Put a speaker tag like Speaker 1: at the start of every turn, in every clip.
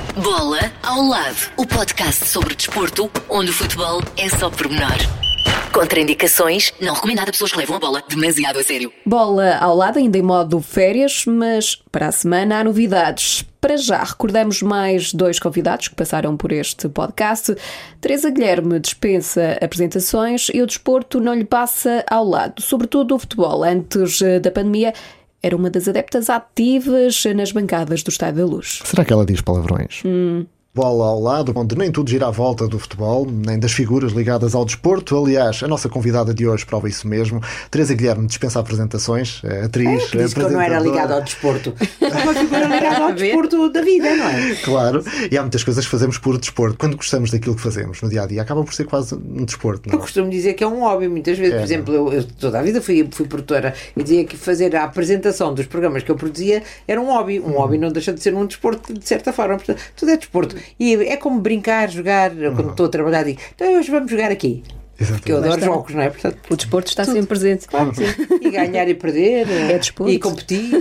Speaker 1: Bola ao lado, o podcast sobre desporto, onde o futebol é só pormenor. Contraindicações, não recomendado a pessoas que levam a bola demasiado a sério.
Speaker 2: Bola ao lado, ainda em modo férias, mas para a semana há novidades. Para já, recordamos mais 2 convidados que passaram por este podcast. Teresa Guilherme dispensa apresentações e o desporto não lhe passa ao lado. Sobretudo o futebol. Antes da pandemia, era uma das adeptas ativas nas bancadas do Estádio da Luz.
Speaker 3: Será que ela diz palavrões? Bola ao lado, onde nem tudo gira à volta do futebol, nem das figuras ligadas ao desporto. Aliás, a nossa convidada de hoje prova isso mesmo. Teresa Guilherme dispensa apresentações, atriz,
Speaker 4: disse que eu não era ligada ao desporto. Uma figura ligada ao desporto da vida, não é?
Speaker 3: Claro, e há muitas coisas que fazemos por desporto. Quando gostamos daquilo que fazemos no dia-a-dia, acaba por ser quase um desporto, não é?
Speaker 4: Eu costumo dizer que é um hobby, muitas vezes. Por exemplo, eu toda a vida fui produtora e dizia que fazer a apresentação dos programas que eu produzia era um hobby. Um hobby não deixa de ser um desporto, de certa forma. Portanto, tudo é desporto. E é como brincar, jogar. Quando estou a trabalhar, digo, então hoje vamos jogar aqui.
Speaker 3: Exatamente.
Speaker 4: Porque eu adoro jogos, não é? Portanto,
Speaker 2: O desporto está sempre presente.
Speaker 4: claro que sim. E ganhar e perder.
Speaker 2: É desporto.
Speaker 4: E competir.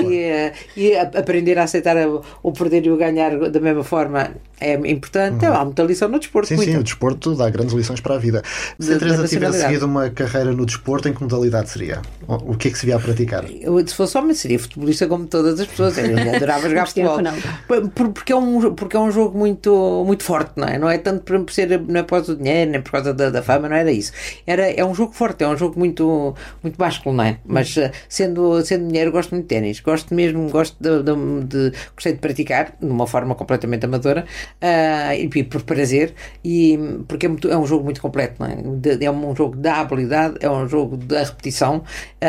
Speaker 4: E aprender a aceitar o perder e o ganhar da mesma forma é importante. Há muita lição no desporto.
Speaker 3: Sim,
Speaker 4: muita.
Speaker 3: sim, o desporto dá grandes lições para a vida. Se a Teresa tivesse seguido uma carreira no desporto, em que modalidade seria? O que é que se via a praticar?
Speaker 4: Se fosse homem, seria futebolista como todas as pessoas. Eu adorava jogar futebol. Porque é um jogo muito, muito forte, não é? Não é tanto por ser, não é por causa do dinheiro, nem por causa da fama, não era isso. É um jogo forte, é um jogo muito, muito básculo, não é? Mas sendo mulher, eu gosto muito de ténis. Gostei de praticar de uma forma completamente amadora e por prazer, porque é um jogo muito completo, não é? É um jogo da habilidade, é um jogo da repetição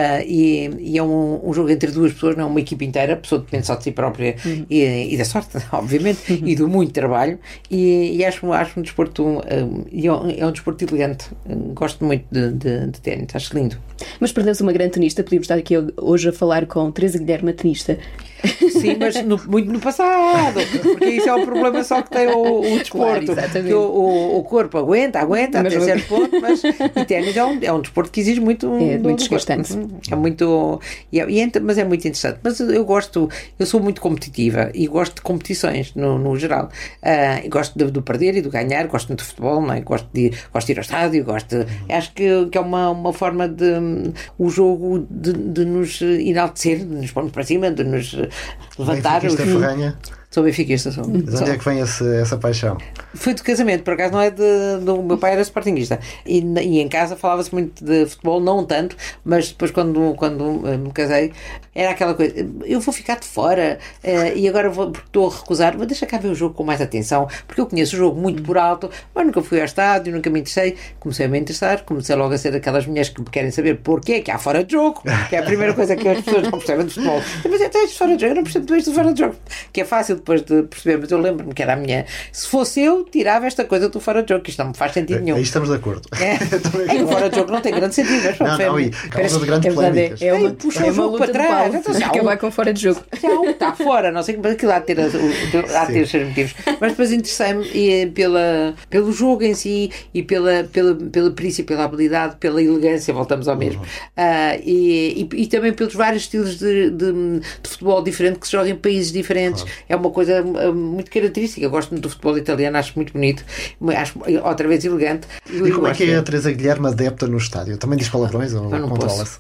Speaker 4: e é um jogo entre duas pessoas, não é uma equipe inteira. A pessoa depende só de si própria e da sorte, obviamente, e do muito trabalho, e acho um desporto é um desporto elegante. Gosto muito de ténis, acho lindo.
Speaker 2: Mas perdeu-se uma grande tenista. Podíamos estar aqui hoje a falar com Teresa Guilherme, a tenista.
Speaker 4: Sim, mas muito no passado, porque isso é o problema só que tem o desporto.
Speaker 2: Claro,
Speaker 4: que o corpo aguenta até certo ponto, mas e ténis é um desporto que exige muito
Speaker 2: desgastante.
Speaker 4: É muito, mas é muito interessante. Mas eu sou muito competitiva e gosto de competições no geral. Gosto do perder e do ganhar, gosto muito de futebol, não é? Gosto de ir ao estádio, acho que é uma forma de o jogo de nos enaltecer, de nos pôr para cima, de nos levantar. Sou benfiquista.
Speaker 3: Mas onde é que vem essa paixão?
Speaker 4: Foi de casamento, por acaso não é do meu pai era sportinguista e em casa falava-se muito de futebol, não tanto, mas depois quando me casei era aquela coisa, eu vou ficar de fora e agora porque estou a recusar, vou deixar cá ver o jogo com mais atenção, porque eu conheço o jogo muito por alto, mas nunca fui ao estádio, nunca me interessei. Comecei a me interessar, comecei logo a ser daquelas mulheres que querem saber porquê que há fora de jogo, que é a primeira coisa que as pessoas não percebem de futebol. Mas tens fora de jogo, eu não percebo isto de fora de jogo, que é fácil depois de perceber, mas eu lembro-me que era a minha. Se fosse eu, tirava esta coisa do fora de jogo, que isto não me faz sentido nenhum.
Speaker 3: Aí estamos de acordo.
Speaker 4: O fora de jogo não tem grande sentido. Mas
Speaker 3: causa de grandes polémicas.
Speaker 4: Puxa o jogo para trás.
Speaker 2: Acabar com fora de jogo.
Speaker 4: Está fora, não sei como aquilo há de ter os seus motivos. Mas depois interessei-me pelo jogo em si e pela perícia, pela habilidade, pela elegância, voltamos ao mesmo. E também pelos vários estilos de futebol diferente que se jogam em países diferentes. É uma coisa muito característica. Eu gosto muito do futebol italiano, acho muito bonito, acho outra vez elegante.
Speaker 3: E como é que é a Teresa Guilherme adepta no estádio? Também diz palavrões ou controla-se?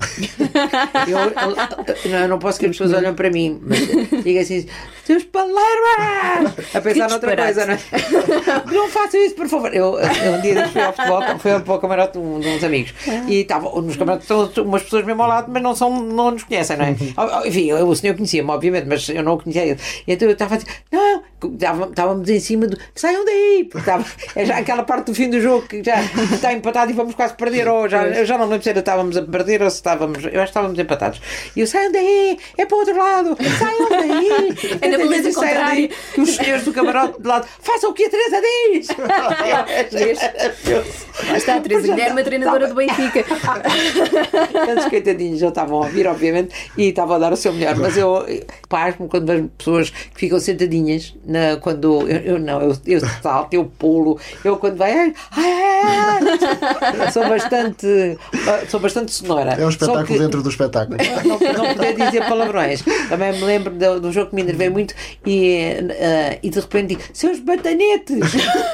Speaker 4: Eu não posso que as pessoas olhem para mim, mas diga assim, teus palavras! A pensar noutra coisa, não é? Não façam isso, por favor. Eu um dia fui ao futebol, fui para o camarote de uns amigos e estavam nos camarotes umas pessoas mesmo ao lado, mas não nos conhecem, não é? Enfim, o senhor conhecia-me, obviamente, mas eu não o conhecia ele. Então eu estava a dizer, não, estávamos em cima do saiam daí, porque é já aquela parte do fim do jogo que já está empatado e vamos quase perder, ou eu já não lembro se estávamos a perder ou se estávamos, eu acho que estávamos empatados. E eu, saiam daí, é para o outro lado, saiam daí,
Speaker 2: é na beleza contrária,
Speaker 4: que os senhores do camarote de lado façam o que a Teresa diz.
Speaker 2: Lá está a Teresa Guilherme, a treinadora do Benfica.
Speaker 4: Eles coitadinhos já estavam a ouvir, obviamente, e estavam a dar o seu melhor, mas eu pasmo quando vejo pessoas que ficam sentadinhas quando eu salto, eu pulo, eu quando vai sou bastante sonora.
Speaker 3: É um espetáculo dentro do espetáculo.
Speaker 4: Não poder dizer palavrões. Também me lembro de um jogo que me enervei muito e de repente digo, seus batanetes!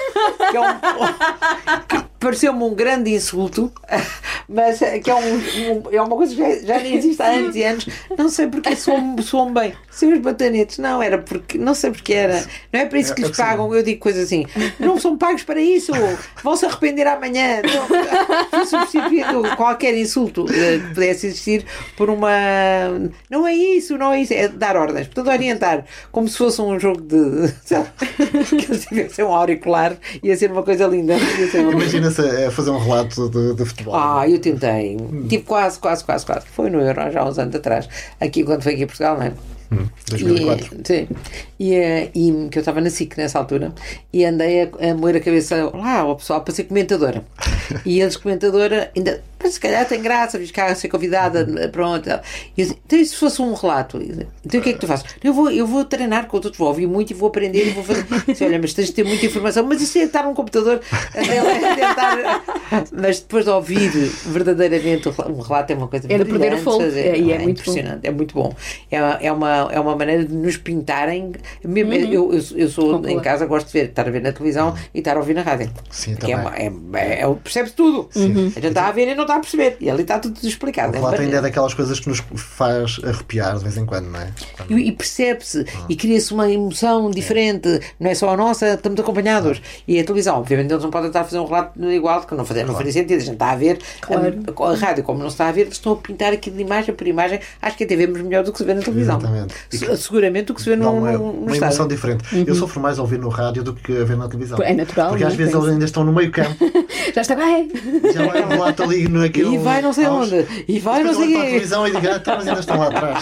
Speaker 4: Que pareceu-me um grande insulto, mas que é uma coisa que já nem existe há anos e anos. Não sei porque soam bem. Seus batanetes, não, era porque, não sei porque era. Não é para isso que lhes pagam. Eu digo coisas assim, não são pagos para isso, vão se arrepender amanhã. Fui substituído qualquer insulto que pudesse existir por uma. Não é isso, é dar ordens. Portanto, orientar, como se fosse um jogo de. Que eles tivessem um auricular, ia ser uma coisa linda.
Speaker 3: Imagina-se a fazer um relato de futebol.
Speaker 4: Eu tentei. Tipo, quase. Foi no Euro, já há uns anos atrás. Aqui, quando foi aqui a Portugal, não é?
Speaker 3: 2004.
Speaker 4: Sim. E que eu estava na SIC nessa altura e andei a moer a cabeça lá ao pessoal para ser comentadora. E eles, comentadora, ainda, se calhar tem graça, fiz cá a ser convidada, pronto. E eu disse, então, e se fosse um relato? Então o que é que tu fazes? Eu vou treinar com outros, vou ouvir muito e vou aprender e vou fazer. Disse, olha, mas tens de ter muita informação, mas isso é estar num computador a tentar. Mas depois de ouvir verdadeiramente um relato é uma coisa
Speaker 2: de perder o fogo.
Speaker 4: É muito impressionante, é muito bom. É uma maneira de nos pintarem. Mesmo, eu sou em casa, gosto de estar a ver na televisão e estar a ouvir na rádio.
Speaker 3: Sim,
Speaker 4: porque percebe-se tudo. A gente está a ver e não está a perceber. E ali está tudo explicado.
Speaker 3: O relato ainda é daquelas coisas que nos faz arrepiar de vez em quando, não é?
Speaker 4: E percebe-se e cria-se uma emoção diferente. Não é só a nossa, estamos acompanhados. E a televisão, obviamente, eles não podem estar a fazer um relato igual, que não faria sentido. A gente está a ver a rádio, como não se está a ver, eles estão a pintar aquilo de imagem por imagem. Acho que até vemos melhor do que se vê na televisão.
Speaker 3: Exatamente.
Speaker 4: Seguramente o que se vê no
Speaker 3: uma emoção diferente. Eu sofro mais a ouvir no rádio do que a ver na televisão.
Speaker 2: É natural.
Speaker 3: Porque às vezes eles ainda estão no meio campo.
Speaker 2: Já está bem.
Speaker 3: Já vai um relato ali naquele.
Speaker 4: E vai não sei onde. E vai não sei
Speaker 3: quê. Para a televisão e digo, mas ainda estão lá atrás.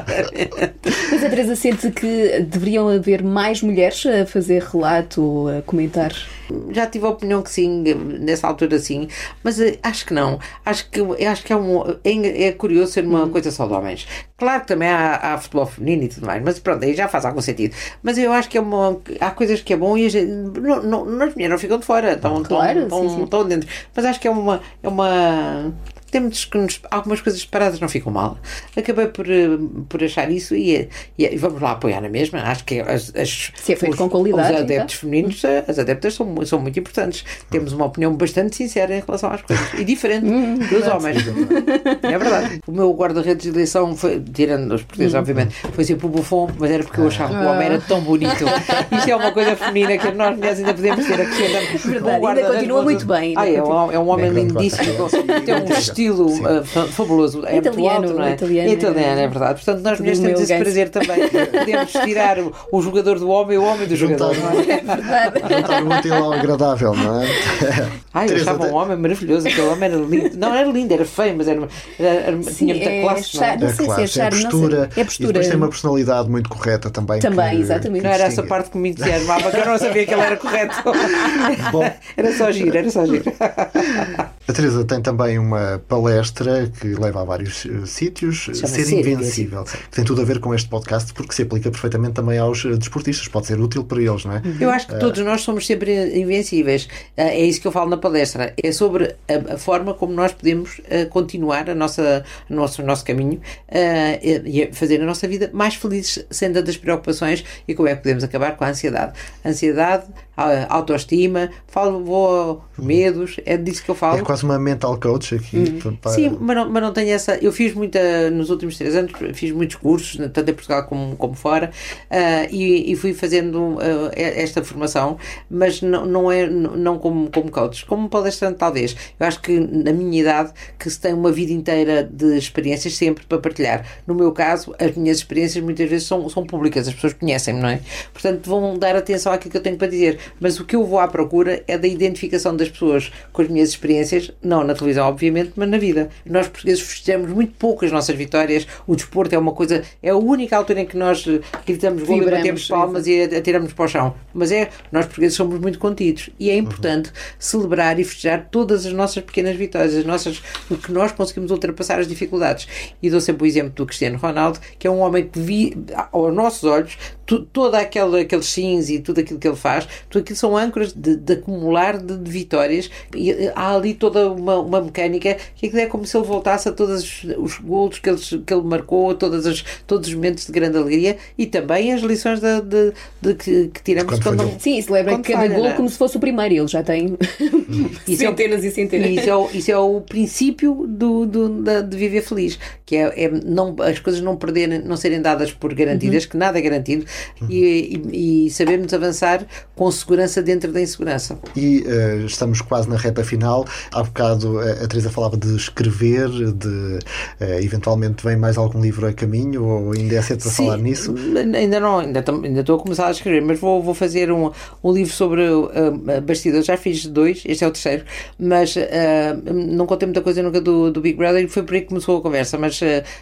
Speaker 2: Mas a Teresa sente que deveriam haver mais mulheres a fazer relato, a comentar?
Speaker 4: Já tive a opinião que sim, nessa altura sim, mas acho que não. Acho que é curioso ser uma coisa só de homens. Claro que também há futebol feminino e tudo mais, mas pronto, aí já faz algum sentido. Mas eu acho que há coisas que é bom e as mulheres não ficam de fora, estão dentro. Mas acho que é uma temos que algumas coisas separadas não ficam mal. Acabei por achar isso e vamos lá apoiar na mesma. Acho que
Speaker 2: se é feito com qualidade,
Speaker 4: os adeptos femininos, as adeptas são muito importantes. Temos uma opinião bastante sincera em relação às coisas e diferente dos homens. É verdade. O meu guarda-redes de eleição foi, tirando os portugueses, obviamente, foi sempre o Buffon, mas era porque eu achava que o homem era tão bonito. Isto é uma coisa feminina que nós mulheres ainda podemos ter aqui.
Speaker 2: Verdade, ainda continua muito bem.
Speaker 4: É um homem lindíssimo, tem um estilo fabuloso, é
Speaker 2: italiano,
Speaker 4: muito alto, não é?
Speaker 2: Italiano,
Speaker 4: é verdade. Portanto, nós mulheres temos esse prazer também. Podemos tirar o jogador do homem e o homem do jogador.
Speaker 3: Juntar o útil ao agradável, não é?
Speaker 4: Eu achava um homem maravilhoso, aquele homem era lindo. Não era lindo, era feio, mas tinha muita classe.
Speaker 2: Não sei se é postura.
Speaker 3: E depois tem uma personalidade muito correta também.
Speaker 2: Exatamente.
Speaker 4: Não era essa parte que me entusiasmava, que eu não sabia que ele era correto.
Speaker 3: Bom,
Speaker 4: era só giro.
Speaker 3: A Teresa tem também uma palestra que leva a vários sítios, Ser Invencível, que tem tudo a ver com este podcast, porque se aplica perfeitamente também aos desportistas, pode ser útil para eles, não é?
Speaker 4: Eu acho que todos nós somos sempre invencíveis. É isso que eu falo na palestra. É sobre a forma como nós podemos continuar o nosso caminho e fazer a nossa vida mais felizes, sem tantas preocupações, e como é que podemos acabar com a ansiedade. Ansiedade, a autoestima, vou aos medos, é disso que eu falo.
Speaker 3: É quase uma mental coach aqui.
Speaker 4: Sim, mas não tenho essa. Eu fiz nos últimos 3 anos, fiz muitos cursos, tanto em Portugal como fora, e fui fazendo esta formação, mas não como coach, como palestrante talvez. Eu acho que na minha idade, que se tem uma vida inteira de experiências sempre para partilhar. No meu caso, as minhas experiências muitas vezes são públicas, as pessoas conhecem-me, não é? Portanto, vão dar atenção àquilo que eu tenho para dizer. Mas o que eu vou à procura é da identificação das pessoas com as minhas experiências, não na televisão, obviamente, accomplishment na vida. Nós portugueses festejamos muito pouco as nossas vitórias. O desporto é uma coisa, é a única altura em que nós gritamos gol e batemos palmas e atiramos para o chão. Mas nós portugueses somos muito contidos e é importante celebrar e festejar todas as nossas pequenas vitórias, o que nós conseguimos ultrapassar as dificuldades. E dou sempre o exemplo do Cristiano Ronaldo, que é um homem que aos nossos olhos, todo aqueles sims e tudo aquilo que ele faz, tudo aquilo são âncoras de acumular de vitórias, e há ali toda uma mecânica que é como se ele voltasse a todos os golos que ele marcou, todos os momentos de grande alegria e também as lições que tiramos quando
Speaker 2: sim, celebra cada gol como se fosse o primeiro, ele já tem centenas e centenas.
Speaker 4: Isso é o princípio de viver feliz, que é não, as coisas não serem dadas por garantidas, que nada é garantido, e sabermos avançar com segurança dentro da insegurança.
Speaker 3: E estamos quase na reta final. Há bocado a Teresa falava de escrever, eventualmente vem mais algum livro a caminho, ou ainda é cedo para falar nisso?
Speaker 4: Ainda não, ainda estou a começar a escrever, mas vou fazer um livro sobre bastidores. Já fiz 2, este é o terceiro, mas não contei muita coisa nunca do Big Brother, e foi por aí que começou a conversa, mas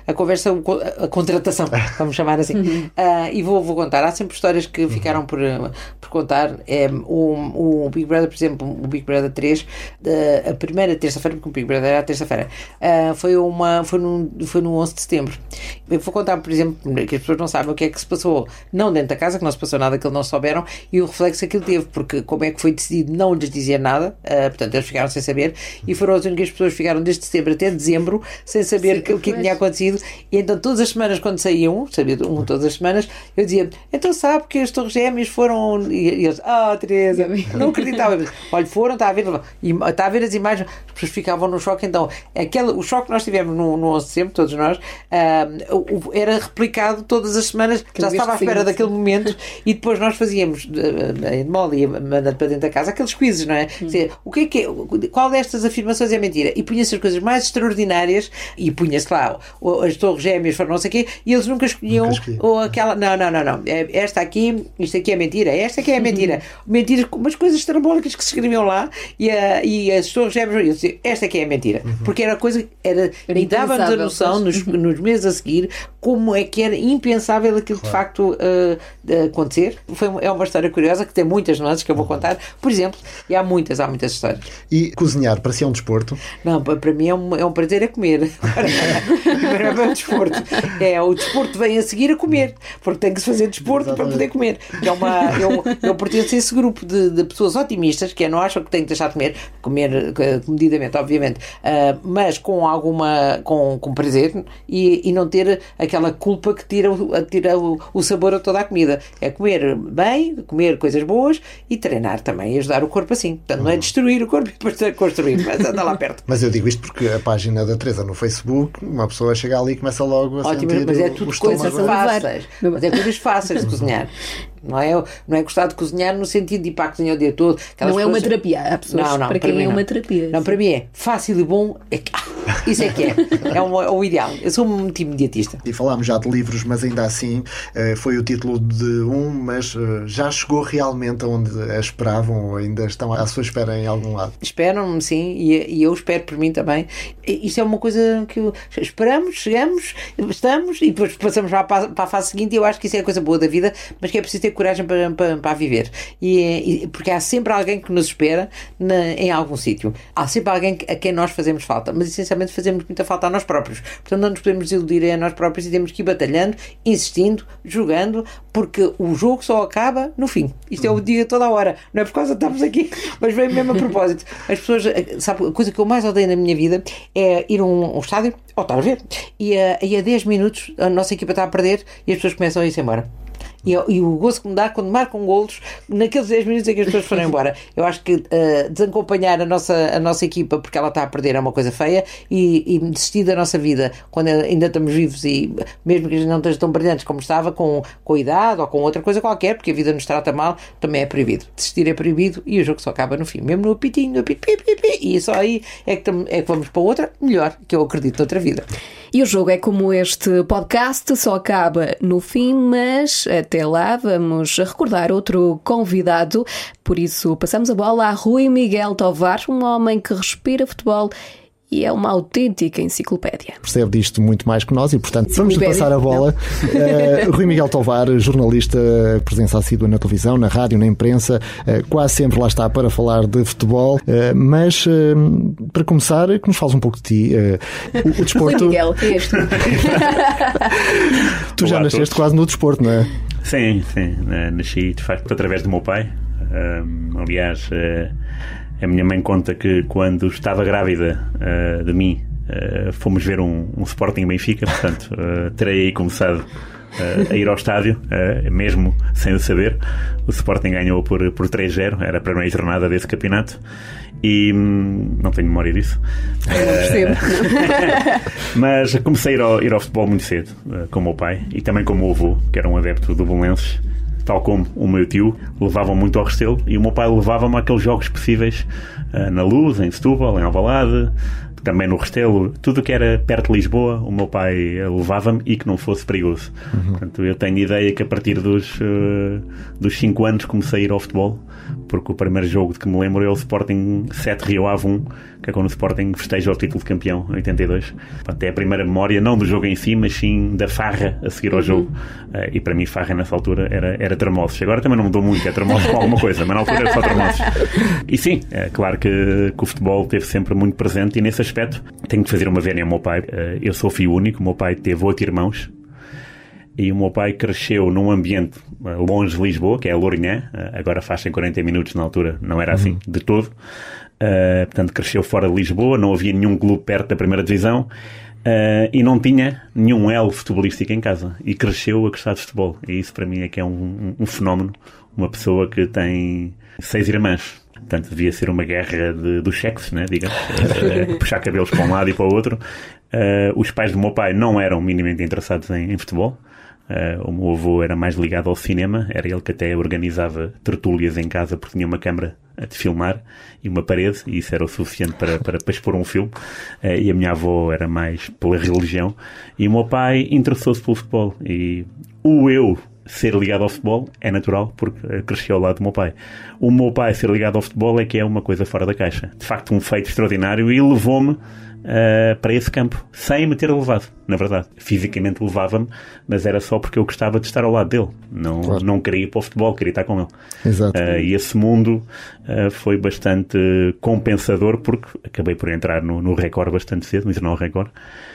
Speaker 4: a contratação, vamos chamar assim. E vou contar. Há sempre histórias que ficaram por contar. O Big Brother, por exemplo, o Big Brother 3, a primeira terça-feira, porque o Big Brother era a terça-feira, foi no 11 de setembro. Eu vou contar, por exemplo, que as pessoas não sabem o que é que se passou, não dentro da casa, que não se passou nada, que eles não souberam, e o reflexo que aquilo teve, porque como é que foi decidido não lhes dizer nada, portanto eles ficaram sem saber, e foram as únicas pessoas que ficaram desde setembro até dezembro sem saber o que tinha acontecido, e então todas as semanas quando saíam, sabia todas as semanas, eu dizia, então sabe que as Torres Gêmeas foram, e eles, Teresa, não acreditava, olha, foram, está a ver as imagens, as pessoas ficavam no choque. Então o choque que nós tivemos no 11 de setembro, todos nós, era replicado todas as semanas, já estava à espera daquele momento, e depois nós fazíamos de Molly, mandando para dentro da casa aqueles quizzes, não é? O que é, qual destas afirmações é mentira? E punha-se as coisas mais extraordinárias, e punha-se lá as Torres Gêmeas foram não sei o quê, e eles nunca escolhiam ou aquela, não, esta aqui, isto aqui é mentira, esta aqui é mentira, mentiras, umas coisas estrambólicas que se escreviam lá, e as Torres Gêmeas, eu dizia, esta aqui é mentira, porque era coisa, e dava-nos a noção nos meses a seguir como é que era impensável aquilo de facto acontecer. É uma história curiosa que tem muitas nuances que eu vou contar, por exemplo, e há muitas histórias.
Speaker 3: E cozinhar para si é um desporto?
Speaker 4: Não, para mim é um prazer comer. Não é um desporto. O desporto vem a seguir a comer, porque tem que se fazer desporto para poder comer. Eu pertenço a esse grupo de pessoas otimistas que não acham que têm que deixar de comer comedidamente, obviamente, mas com com prazer, e não ter aquela culpa que tira o sabor a toda a comida. É comer bem, comer coisas boas e treinar também, e ajudar o corpo assim. Portanto, não é destruir o corpo e depois construir, mas anda lá perto.
Speaker 3: Mas eu digo isto porque a página da Teresa no Facebook, uma pessoa chega ali e começa logo a sentir
Speaker 4: mas é tudo coisas fáceis. Mas é coisas fáceis de cozinhar. Não é gostar de cozinhar no sentido de ir para a cozinha o dia todo.
Speaker 2: Não é uma terapia. Há pessoas para quem é uma terapia.
Speaker 4: Não, para mim é fácil e bom. Isso é que é. É o ideal. Eu sou um tipo imediatista.
Speaker 3: E falámos já de livros, mas ainda assim foi o título de mas já chegou realmente aonde a esperavam, ou ainda estão à sua espera em algum lado?
Speaker 4: Esperam-me, sim, e eu espero por mim também. Isto é uma coisa que esperamos, chegamos, estamos, e depois passamos para a fase seguinte, e eu acho que isso é a coisa boa da vida, mas que é preciso ter coragem para viver. Porque há sempre alguém que nos espera em algum sítio. Há sempre alguém a quem nós fazemos falta, mas essencialmente fazemos muita falta a nós próprios. Portanto, não nos podemos iludir a nós próprios e temos que ir batalhando, insistindo, jogando, porque o jogo só acaba no fim. Isto é o dia toda a hora. Não é por causa de estarmos aqui, mas vem mesmo a propósito. As pessoas, sabe, a coisa que eu mais odeio na minha vida é ir a um estádio, ou estar a ver, e a 10 minutos a nossa equipa está a perder e as pessoas começam a ir-se embora. E o gozo que me dá quando marcam golos naqueles 10 minutos em que as pessoas foram embora. Eu acho que desacompanhar a nossa equipa porque ela está a perder é uma coisa feia, e desistir da nossa vida quando ainda estamos vivos, e mesmo que a gente não esteja tão brilhantes como estava, com a idade ou com outra coisa qualquer, porque a vida nos trata mal, também é proibido. Desistir é proibido, e o jogo só acaba no fim, mesmo no apitinho, e só aí é que vamos para outra melhor, que eu acredito noutra vida.
Speaker 2: E o jogo é como este podcast, só acaba no fim, mas até lá vamos recordar outro convidado. Por isso passamos a bola a Rui Miguel Tovar, um homem que respira futebol e é uma autêntica enciclopédia.
Speaker 3: Percebe disto muito mais que nós e, portanto, vamos-lhe passar a bola. Rui Miguel Tovar, jornalista, presença assídua na televisão, na rádio, na imprensa, quase sempre lá está para falar de futebol, mas para começar, que nos fales um pouco de ti. O desporto...
Speaker 2: Rui Miguel, quem és tu?
Speaker 3: Tu já nasceste quase no desporto, não é?
Speaker 5: Sim. Nasci, de facto, através do meu pai. Aliás, a minha mãe conta que quando estava grávida de mim, fomos ver um Sporting Benfica, portanto, terei aí começado a ir ao estádio, mesmo sem o saber. O Sporting ganhou por 3-0, era a primeira jornada desse campeonato e não tenho memória disso. Mas comecei a ir ao futebol muito cedo, com o meu pai e também com o meu avô, que era um adepto do Belenenses, tal como o meu tio. Levavam muito ao Restelo e o meu pai levava-me àqueles jogos possíveis, na Luz, em Setúbal, em Alvalade, também no Restelo, tudo o que era perto de Lisboa, o meu pai levava-me e que não fosse perigoso. Portanto, eu tenho ideia que a partir dos 5 anos comecei a ir ao futebol, porque o primeiro jogo de que me lembro é o Sporting 7 Rio Ave 1, que é quando o Sporting festeja o título de campeão, em 82. Portanto, é a primeira memória, não do jogo em si, mas sim da farra a seguir ao jogo. E para mim, farra nessa altura era termossos. Agora também não mudou muito, é termossos com alguma coisa, mas na altura era só termossos. E sim, é claro que o futebol esteve sempre muito presente e nesse aspecto tenho de fazer uma vénia ao meu pai. Eu sou filho único, o meu pai teve 8 irmãos e o meu pai cresceu num ambiente longe de Lisboa, que é a Lourinhã, agora faz 40 minutos, na altura não era assim de todo. Portanto, cresceu fora de Lisboa, não havia nenhum clube perto da primeira divisão e não tinha nenhum elo futebolístico em casa e cresceu a gostar de futebol. E isso para mim é que é um fenómeno, uma pessoa que tem 6 irmãs. Portanto, devia ser uma guerra dos sexos, né, digamos, puxar cabelos para um lado e para o outro. Os pais do meu pai não eram minimamente interessados em futebol. O meu avô era mais ligado ao cinema, era ele que até organizava tertúlias em casa porque tinha uma câmara de filmar e uma parede, e isso era o suficiente para expor um filme. E a minha avó era mais pela religião e o meu pai interessou-se pelo futebol e eu ser ligado ao futebol é natural porque cresci ao lado do meu pai. O meu pai ser ligado ao futebol é que é uma coisa fora da caixa, de facto um feito extraordinário, e levou-me para esse campo, sem me ter levado, na verdade. Fisicamente levava-me, mas era só porque eu gostava de estar ao lado dele, não queria ir para o futebol, queria estar com ele.
Speaker 3: Exato.
Speaker 5: E esse mundo foi bastante compensador, porque acabei por entrar no Record bastante cedo, no Jornal Record,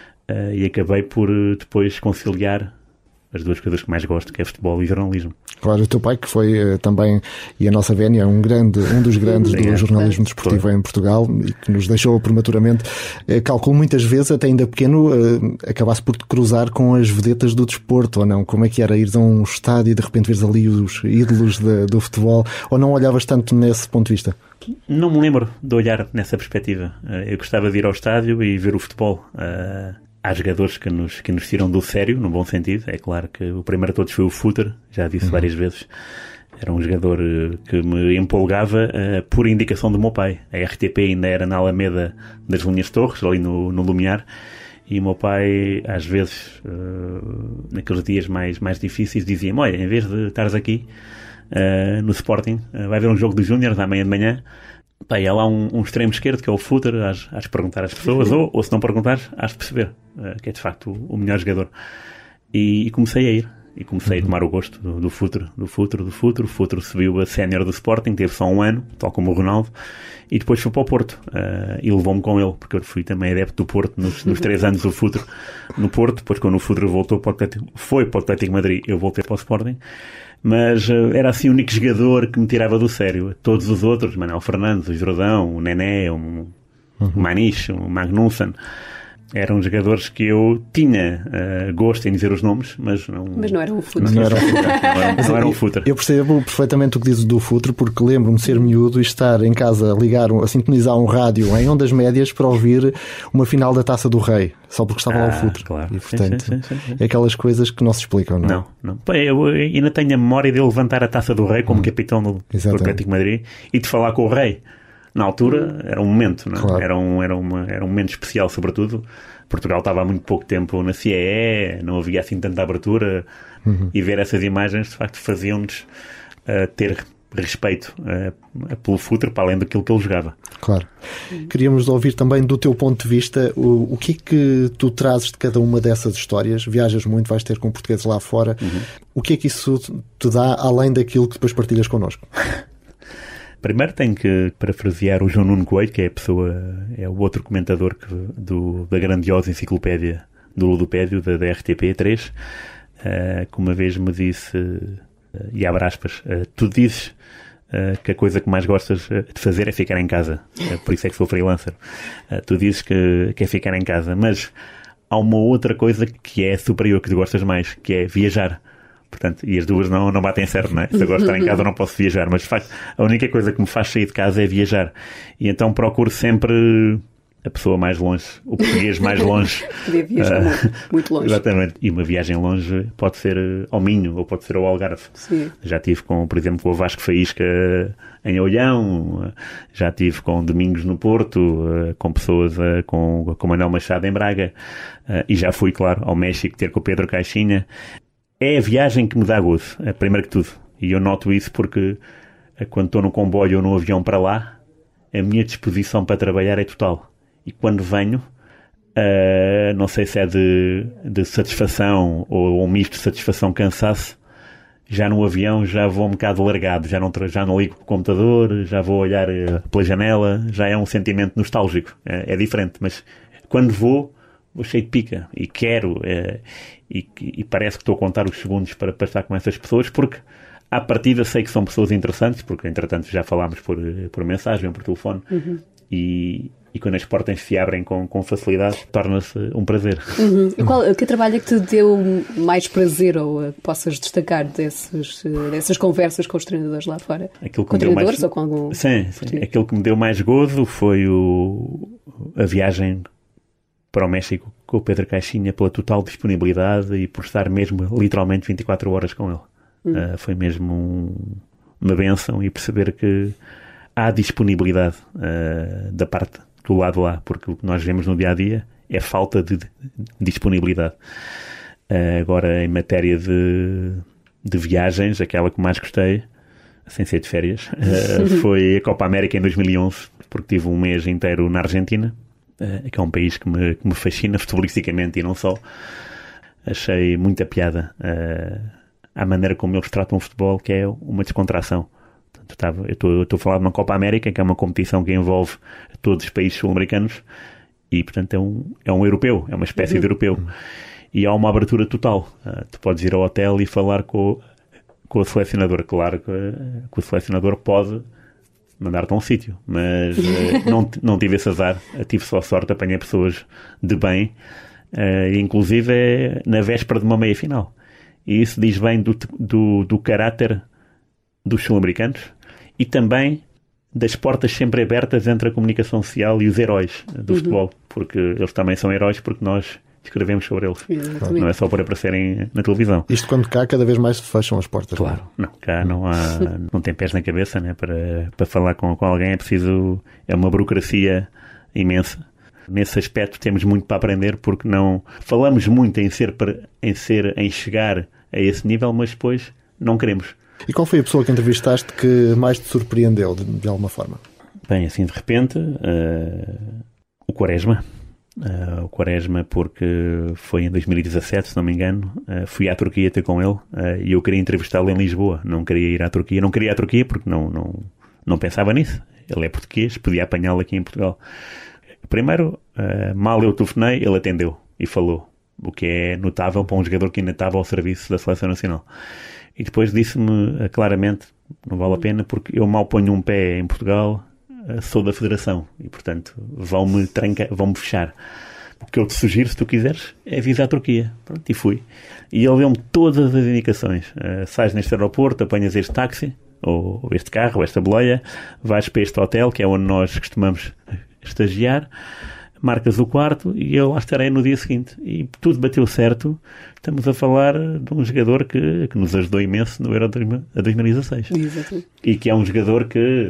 Speaker 5: e acabei por depois conciliar as duas coisas que mais gosto, que é futebol e jornalismo. Claro,
Speaker 3: o teu pai, que foi também, e a nossa vénia, um dos grandes do jornalismo desportivo em Portugal, e que nos deixou prematuramente, calculo muitas vezes, até ainda pequeno, acabasse por te cruzar com as vedetas do desporto, ou não? Como é que era ires a um estádio e de repente veres ali os ídolos do futebol, ou não olhavas tanto nesse ponto de vista?
Speaker 5: Não me lembro de olhar nessa perspectiva. Eu gostava de ir ao estádio e ver o futebol. Há jogadores que nos tiram do sério, no bom sentido. É claro que o primeiro de todos foi o Futre, já disse várias vezes. Era um jogador que me empolgava por indicação do meu pai. A RTP ainda era na Alameda das Linhas Torres, ali no Lumiar, e o meu pai, às vezes, naqueles dias mais difíceis, dizia-me: olha, em vez de estares aqui no Sporting, vai haver um jogo dos Júniores à meia de manhã. Pá, e há lá um extremo esquerdo que é o Futre, has de perguntar às pessoas, ou se não perguntares, has de perceber que é de facto o melhor jogador. E comecei a ir, e comecei a tomar o gosto do Futre. O Futre subiu a sénior do Sporting, teve só um ano, tal como o Ronaldo, e depois foi para o Porto, e levou-me com ele, porque eu fui também adepto do Porto nos 3 anos do Futre no Porto. Depois, quando o Futre voltou para o Atlético Madrid, eu voltei para o Sporting. Mas era assim o único jogador que me tirava do sério. Todos os outros, Manuel Fernandes, o Jordão, o Nené, o Maniche, o Magnussen, eram jogadores que eu tinha gosto em dizer os nomes, mas não
Speaker 2: eram o Futre.
Speaker 5: Não eram o Futre.
Speaker 3: Eu percebo perfeitamente o que dizes do Futre, porque lembro-me de ser miúdo e estar em casa a sintonizar um rádio em ondas médias para ouvir uma final da Taça do Rei, só porque estava lá o Futre.
Speaker 5: Claro.
Speaker 3: E, portanto, sim. É aquelas coisas que não se explicam, não?
Speaker 5: Não. Eu ainda tenho a memória de levantar a Taça do Rei como capitão do Atlético Madrid e de falar com o Rei. Na altura era um momento, não é? Claro. Era um momento especial, sobretudo. Portugal estava há muito pouco tempo na CEE, não havia assim tanta abertura, e ver essas imagens de facto faziam-nos ter respeito pelo futre, para além daquilo que ele jogava.
Speaker 3: Claro. Queríamos ouvir também do teu ponto de vista o que é que tu trazes de cada uma dessas histórias. Viajas muito, vais ter com portugueses lá fora. O que é que isso te dá, além daquilo que depois partilhas connosco?
Speaker 5: Primeiro tenho que parafrasear o João Nuno Coelho, que é o outro comentador da grandiosa enciclopédia do Ludopédio, da RTP3, que uma vez me disse, e abre aspas, tu dizes que a coisa que mais gostas de fazer é ficar em casa, por isso é que sou freelancer. Tu dizes que é ficar em casa, mas há uma outra coisa que é superior, que tu gostas mais, que é viajar. Portanto, e as duas não batem certo, não é? Se eu gosto de estar em casa, não posso viajar, mas a única coisa que me faz sair de casa é viajar. E então procuro sempre a pessoa mais longe, o português mais longe.
Speaker 2: Podia viajar muito longe.
Speaker 5: Exatamente. E uma viagem longe pode ser ao Minho ou pode ser ao Algarve.
Speaker 2: Sim.
Speaker 5: Já tive por exemplo, com o Vasco Faísca em Olhão, já tive com Domingos no Porto, com pessoas com o Manuel Machado em Braga, e já fui, claro, ao México ter com o Pedro Caixinha. É a viagem que me dá gozo, primeiro que tudo. E eu noto isso porque quando estou no comboio ou no avião para lá, a minha disposição para trabalhar é total. E quando venho, não sei se é de satisfação ou um misto de satisfação, cansaço, já no avião já vou um bocado largado, já não ligo o computador, já vou olhar pela janela, já é um sentimento nostálgico. É diferente, mas quando vou cheio de pica e quero, e parece que estou a contar os segundos para estar com essas pessoas, porque à partida sei que são pessoas interessantes, porque entretanto já falámos por mensagem, por telefone, e quando as portas se abrem com facilidade, torna-se um prazer.
Speaker 2: Que trabalho é que te deu mais prazer, ou possas destacar dessas conversas com os treinadores lá fora? Com treinadores ou com algum...
Speaker 5: Sim. Aquilo que me deu mais gozo foi a viagem para o México com o Pedro Caixinha, pela total disponibilidade e por estar mesmo literalmente 24 horas com ele. Foi mesmo uma bênção, e perceber que há disponibilidade da parte do lado lá, porque o que nós vemos no dia-a-dia é falta de disponibilidade. Agora, em matéria de viagens, aquela que mais gostei, sem ser de férias, foi a Copa América em 2011, porque tive um mês inteiro na Argentina, que é um país que me fascina futebolisticamente e não só. Achei muita piada à maneira como eles tratam o futebol, que é uma descontração. Eu estou a falar de uma Copa América, que é uma competição que envolve todos os países sul-americanos, e portanto é um europeu, é uma espécie de europeu, e há uma abertura total. Tu podes ir ao hotel e falar com o selecionador. Claro que o selecionador pode mandar-te a um sítio, mas não tive esse azar, tive só sorte, apanhei pessoas de bem, inclusive na véspera de uma meia-final, e isso diz bem do caráter dos sul-americanos e também das portas sempre abertas entre a comunicação social e os heróis do futebol, porque eles também são heróis porque nós escrevemos sobre eles. Exatamente. Não é só por aparecerem na televisão.
Speaker 3: Isto quando cá cada vez mais se fecham as portas.
Speaker 5: Claro. Não, cá não tem pés na cabeça, né? Para falar com alguém é preciso, é uma burocracia imensa. Nesse aspecto temos muito para aprender, porque não falamos muito em chegar a esse nível, mas depois não queremos.
Speaker 3: E qual foi a pessoa que entrevistaste que mais te surpreendeu de alguma forma?
Speaker 5: Bem, assim de repente, o Quaresma. O Quaresma, porque foi em 2017, se não me engano, fui à Turquia ter com ele, e eu queria entrevistá-lo em Lisboa, não queria ir à Turquia. Não queria ir à Turquia porque não pensava nisso. Ele é português, podia apanhá-lo aqui em Portugal. Primeiro, mal eu telefonei, ele atendeu e falou, o que é notável para um jogador que ainda estava ao serviço da Seleção Nacional. E depois disse-me claramente, não vale a pena, porque eu mal ponho um pé em Portugal, sou da Federação e, portanto, vão-me fechar. O que eu te sugiro, se tu quiseres, é vir à Turquia. Pronto, e fui. E ele deu-me todas as indicações. Sais neste aeroporto, apanhas este táxi, ou este carro, ou esta boleia, vais para este hotel, que é onde nós costumamos estagiar, marcas o quarto e eu lá estarei no dia seguinte. E tudo bateu certo. Estamos a falar de um jogador que nos ajudou imenso no Euro 2016.
Speaker 2: Exatamente.
Speaker 5: E que é um jogador que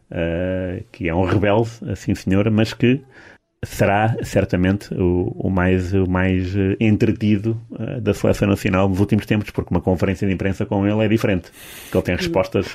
Speaker 5: é um rebelde, assim senhora, mas que será certamente o mais entretido da Seleção Nacional nos últimos tempos, porque uma conferência de imprensa com ele é diferente, porque ele tem respostas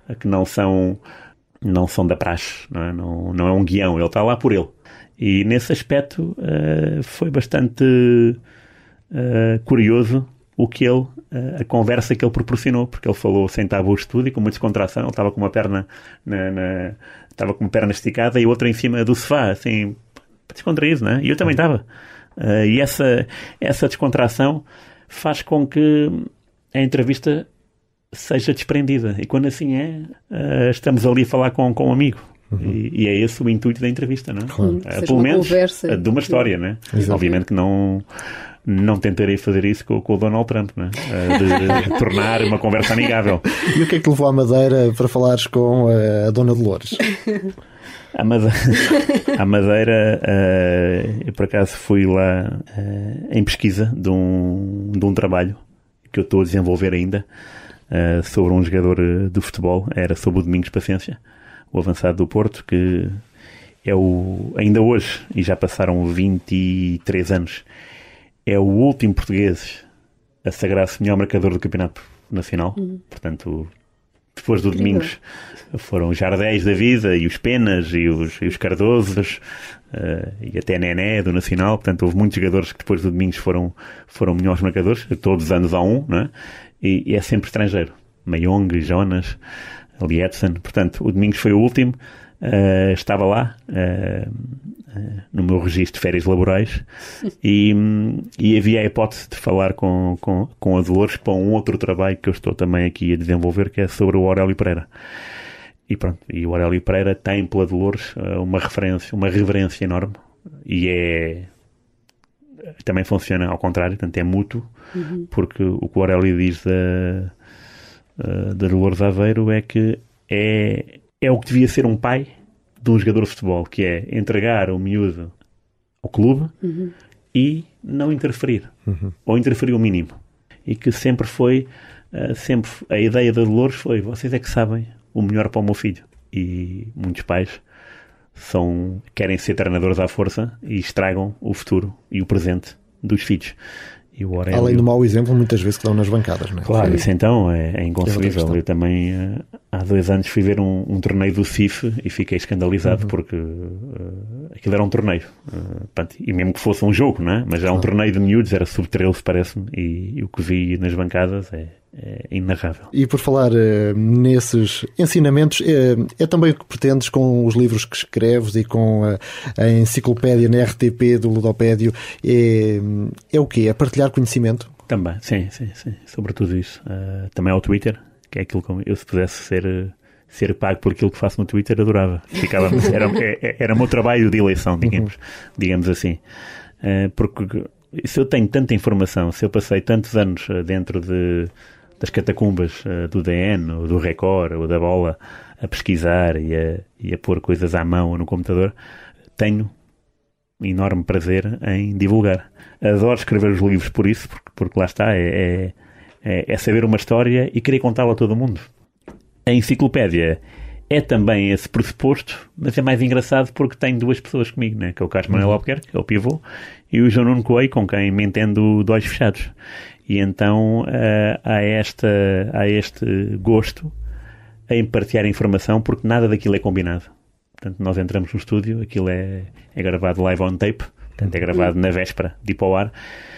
Speaker 5: que não são da praxe, não é um guião, ele está lá por ele. E nesse aspecto foi bastante curioso a conversa que ele proporcionou, porque ele falou sem tabus de tudo e com muita descontração. Ele estava com uma perna estava com uma perna esticada e outra em cima do sofá, assim, descontraído, não é? E eu também estava. E essa descontração faz com que a entrevista seja desprendida. E quando assim estamos ali a falar com um amigo. E é esse o intuito da entrevista, não é?
Speaker 2: Claro.
Speaker 5: Pelo menos de uma história, não é? Obviamente que não tentarei fazer isso com o Donald Trump, não é? De tornar uma conversa amigável.
Speaker 3: E o que é que levou à Madeira para falares com a Dona Dolores?
Speaker 5: A Madeira, eu por acaso fui lá em pesquisa de um trabalho que eu estou a desenvolver ainda sobre um jogador de futebol. Era sobre o Domingos Paciência, o avançado do Porto, que é ainda hoje, e já passaram 23 anos, é o último português a sagrar-se melhor marcador do Campeonato Nacional. Portanto, depois do Domingos foram os Jardéis da vida, e os Penas, e os Cardosos, e até Nené do Nacional. Portanto, houve muitos jogadores que depois do Domingos foram melhores marcadores. Todos os anos há um, não é? E é sempre estrangeiro. Mayong, Jonas, Lietzen. Portanto, o Domingos foi o último. Estava lá no meu registro de férias laborais e havia a hipótese de falar com a Dolores para um outro trabalho que eu estou também aqui a desenvolver, que é sobre o Aurélio Pereira. E pronto, e o Aurélio Pereira tem pela Dolores uma reverência enorme, e também funciona ao contrário, portanto é mútuo, porque o que o Aurélio diz da Dolores Aveiro é que é o que devia ser um pai de um jogador de futebol, que é entregar o miúdo ao clube e não interferir, ou interferir o mínimo. E que sempre foi, a ideia da Dolores foi: vocês é que sabem o melhor para o meu filho. E muitos pais querem ser treinadores à força e estragam o futuro e o presente dos filhos. E o Aurélio... Além
Speaker 3: do mau exemplo, muitas vezes que dão nas bancadas, não é?
Speaker 5: Claro, isso então é inconcebível. Eu também, há 2 anos, fui ver um torneio do CIF e fiquei escandalizado porque aquilo era um torneio. E mesmo que fosse um jogo, não é? Mas era um torneio de miúdos, era sub-13, parece-me, e o que vi nas bancadas é inarrável.
Speaker 3: E por falar nesses ensinamentos, é também o que pretendes com os livros que escreves e com a enciclopédia na RTP do Ludopédio? É o quê? É partilhar conhecimento?
Speaker 5: Também, sim. Sobretudo isso. Também ao Twitter, que é aquilo que eu, se pudesse ser pago por aquilo que faço no Twitter, adorava. Era o meu trabalho de eleição, digamos assim. Porque se eu tenho tanta informação, se eu passei tantos anos dentro das catacumbas do DN, ou do Record, ou da Bola, a pesquisar e a pôr coisas à mão ou no computador, tenho enorme prazer em divulgar. Adoro escrever os livros por isso, porque lá está, é saber uma história e querer contá-la a todo mundo. A enciclopédia é também esse pressuposto, mas é mais engraçado porque tenho 2 pessoas comigo, né? Que é o Carlos Manuel Albuquerque, que é o pivô, e o João Nuno Coelho, com quem me entendo de olhos fechados. E então há este gosto em partilhar informação, porque nada daquilo é combinado. Portanto, nós entramos no estúdio, aquilo é gravado live on tape, portanto é gravado na véspera de ir para o ar,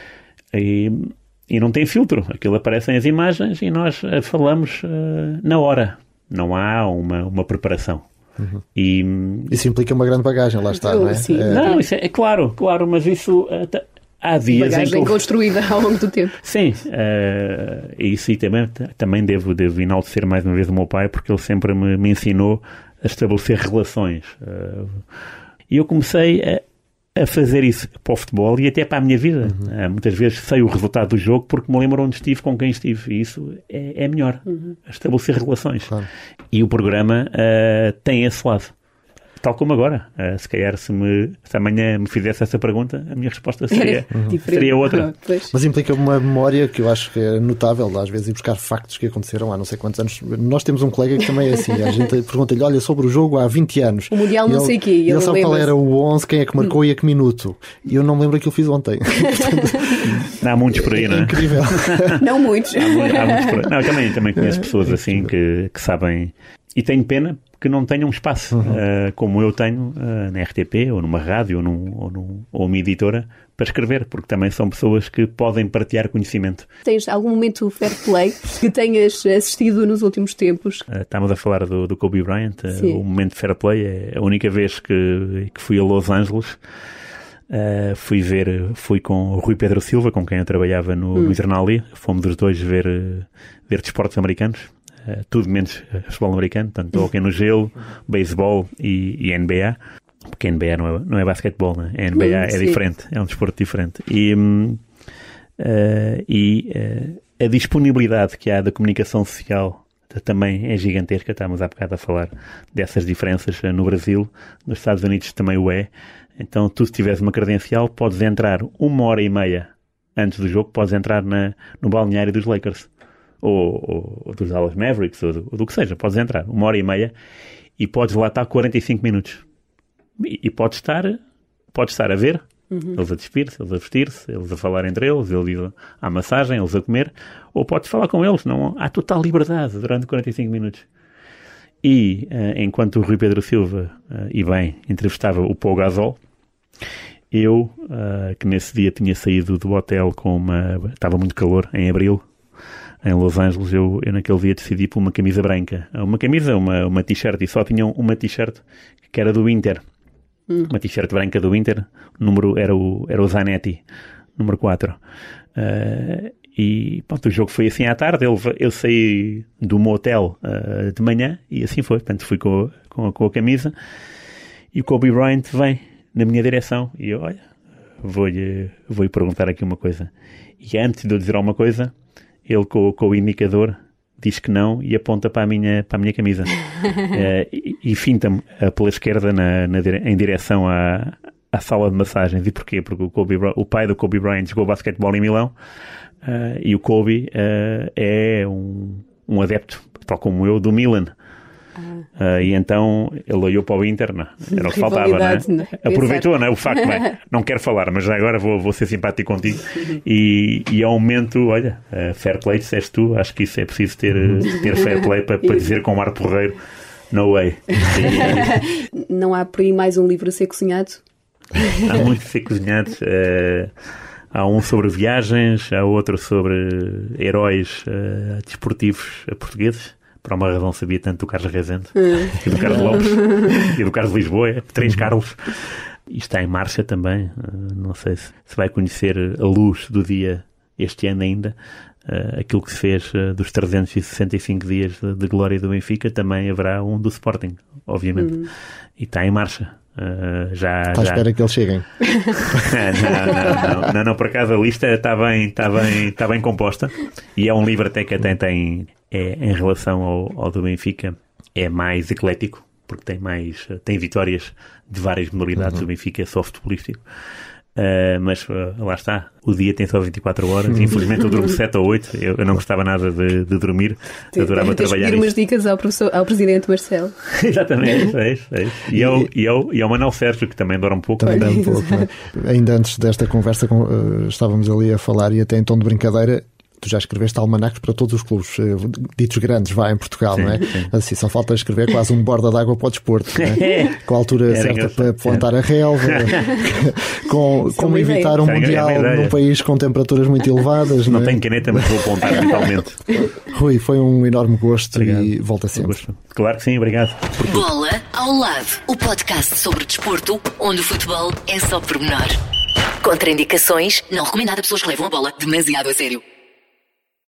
Speaker 5: e não tem filtro. Aquilo aparecem as imagens e nós falamos na hora. Não há uma preparação. E
Speaker 3: isso implica uma grande bagagem, lá está, não é?
Speaker 2: Sim.
Speaker 5: Não, isso é claro, mas isso há dias
Speaker 2: bagagem construída ao longo do tempo.
Speaker 5: Sim, e isso também devo enaltecer mais uma vez o meu pai, porque ele sempre me ensinou a estabelecer relações. E eu comecei a fazer isso para o futebol e até para a minha vida. Muitas vezes sei o resultado do jogo porque me lembro onde estive, com quem estive, e isso é melhor, estabelecer relações. Claro. E o programa tem esse lado. Tal como agora. Se calhar se amanhã me fizesse essa pergunta, a minha resposta seria outra.
Speaker 3: Mas implica uma memória que eu acho que é notável, às vezes ir buscar factos que aconteceram há não sei quantos anos. Nós temos um colega que também é assim, a gente pergunta-lhe: olha, sobre o jogo há 20 anos.
Speaker 2: O Mundial não sei o quê. E
Speaker 3: ele sabe qual era o 11, quem é que marcou e a que minuto. E eu não me lembro aquilo que eu fiz ontem.
Speaker 5: Há muitos por aí, não é?
Speaker 3: Incrível.
Speaker 2: Não muitos.
Speaker 5: Há muitos por aí. Não, também conheço pessoas assim que sabem E tenho pena que não tenham um espaço como eu tenho na RTP, ou numa rádio, ou uma editora, para escrever, porque também são pessoas que podem partilhar conhecimento.
Speaker 2: Tens algum momento fair play que tenhas assistido nos últimos tempos?
Speaker 5: Estávamos a falar do Kobe Bryant. O momento fair play é a única vez que fui a Los Angeles. Fui com o Rui Pedro Silva, com quem eu trabalhava no Jornal Ali. Fomos os dois ver desportos americanos. Tudo menos futebol americano, portanto, hockey no gelo, beisebol e NBA, porque a NBA não é basquetebol, né? A NBA é diferente, é um desporto diferente. E a disponibilidade que há da comunicação social também é gigantesca. Estávamos há bocado a falar dessas diferenças no Brasil, nos Estados Unidos também o é. Então, tu, se tiveres uma credencial, podes entrar 1h30 antes do jogo, podes entrar no balneário dos Lakers. Ou dos Dallas Mavericks, ou do que seja, podes entrar 1h30 e podes lá estar 45 minutos. E podes estar a ver, eles a despir-se, eles a vestir-se, eles a falar entre eles à massagem, eles a comer, ou podes falar com eles, não há total liberdade durante 45 minutos. E enquanto o Rui Pedro Silva, e bem, entrevistava o Pau Gasol, eu, que nesse dia tinha saído do hotel estava muito calor, em abril, em Los Angeles, eu naquele dia decidi por uma camisa branca. Uma camisa, uma t-shirt, e só tinham uma t-shirt que era do Inter. Uma t-shirt branca do Inter, o número era o Zanetti, número 4. E pronto, o jogo foi assim à tarde, eu saí do motel de manhã e assim foi. Portanto, fui com a camisa e o Kobe Bryant vem na minha direção e eu, olha, vou-lhe perguntar aqui uma coisa. E antes de eu dizer alguma coisa, ele com o indicador diz que não e aponta para a minha camisa. E finta-me pela esquerda em direção à sala de massagens. E porquê? Porque o pai do Kobe Bryant jogou basquetebol em Milão e o Kobe é um adepto, tal como eu, do Milan. E então ele olhou para o Inter, não, era o que faltava, não é? Aproveitou, não é? O facto, não quero falar, mas já agora vou ser simpático contigo. E ao momento, olha, fair play, disseste tu, acho que isso é preciso ter fair play para dizer com um ar porreiro, no way.
Speaker 2: Não há por aí mais um livro a ser cozinhado?
Speaker 5: Há muitos a ser cozinhados. Há um sobre viagens, há outro sobre heróis desportivos portugueses. Por uma razão sabia tanto do Carlos Rezende e do Carlos Lopes e do Carlos Lisboa, 3 Carlos. E está em marcha também. Não sei se vai conhecer a luz do dia este ano ainda. Aquilo que se fez dos 365 dias de glória do Benfica, também haverá um do Sporting, obviamente. E está em marcha.
Speaker 3: Está à espera que eles cheguem.
Speaker 5: Não, por acaso a lista está bem composta e é um livro até que tem em relação ao do Benfica, é mais eclético, porque tem vitórias de várias modalidades. O Benfica é só futebolístico. Mas lá está, o dia tem só 24 horas. Infelizmente eu durmo 7 ou 8. Eu não gostava nada de dormir. Adorava trabalhar.
Speaker 2: Pedir umas dicas ao presidente Marcelo.
Speaker 5: Exatamente, é isso. E ao Manuel Sérgio, que também adora um pouco.
Speaker 3: Também um pouco, é? Ainda antes desta conversa estávamos ali a falar, e até em tom de brincadeira, tu já escreveste almanacs para todos os clubes ditos grandes, em Portugal, sim, não é? Sim. Assim, só falta escrever quase um borda d'água para o desporto, não é? Com a altura certa para plantar a relva, como evitar um mundial num país com temperaturas muito elevadas.
Speaker 5: Não tenho caneta, mas vou apontar mentalmente.
Speaker 3: Rui, foi um enorme gosto. Obrigado. E volta sempre.
Speaker 5: Claro que sim, obrigado.
Speaker 1: Bola ao lado, o podcast sobre desporto, onde o futebol é só pormenor. Contraindicações, não recomendado a pessoas que levam a bola demasiado a sério.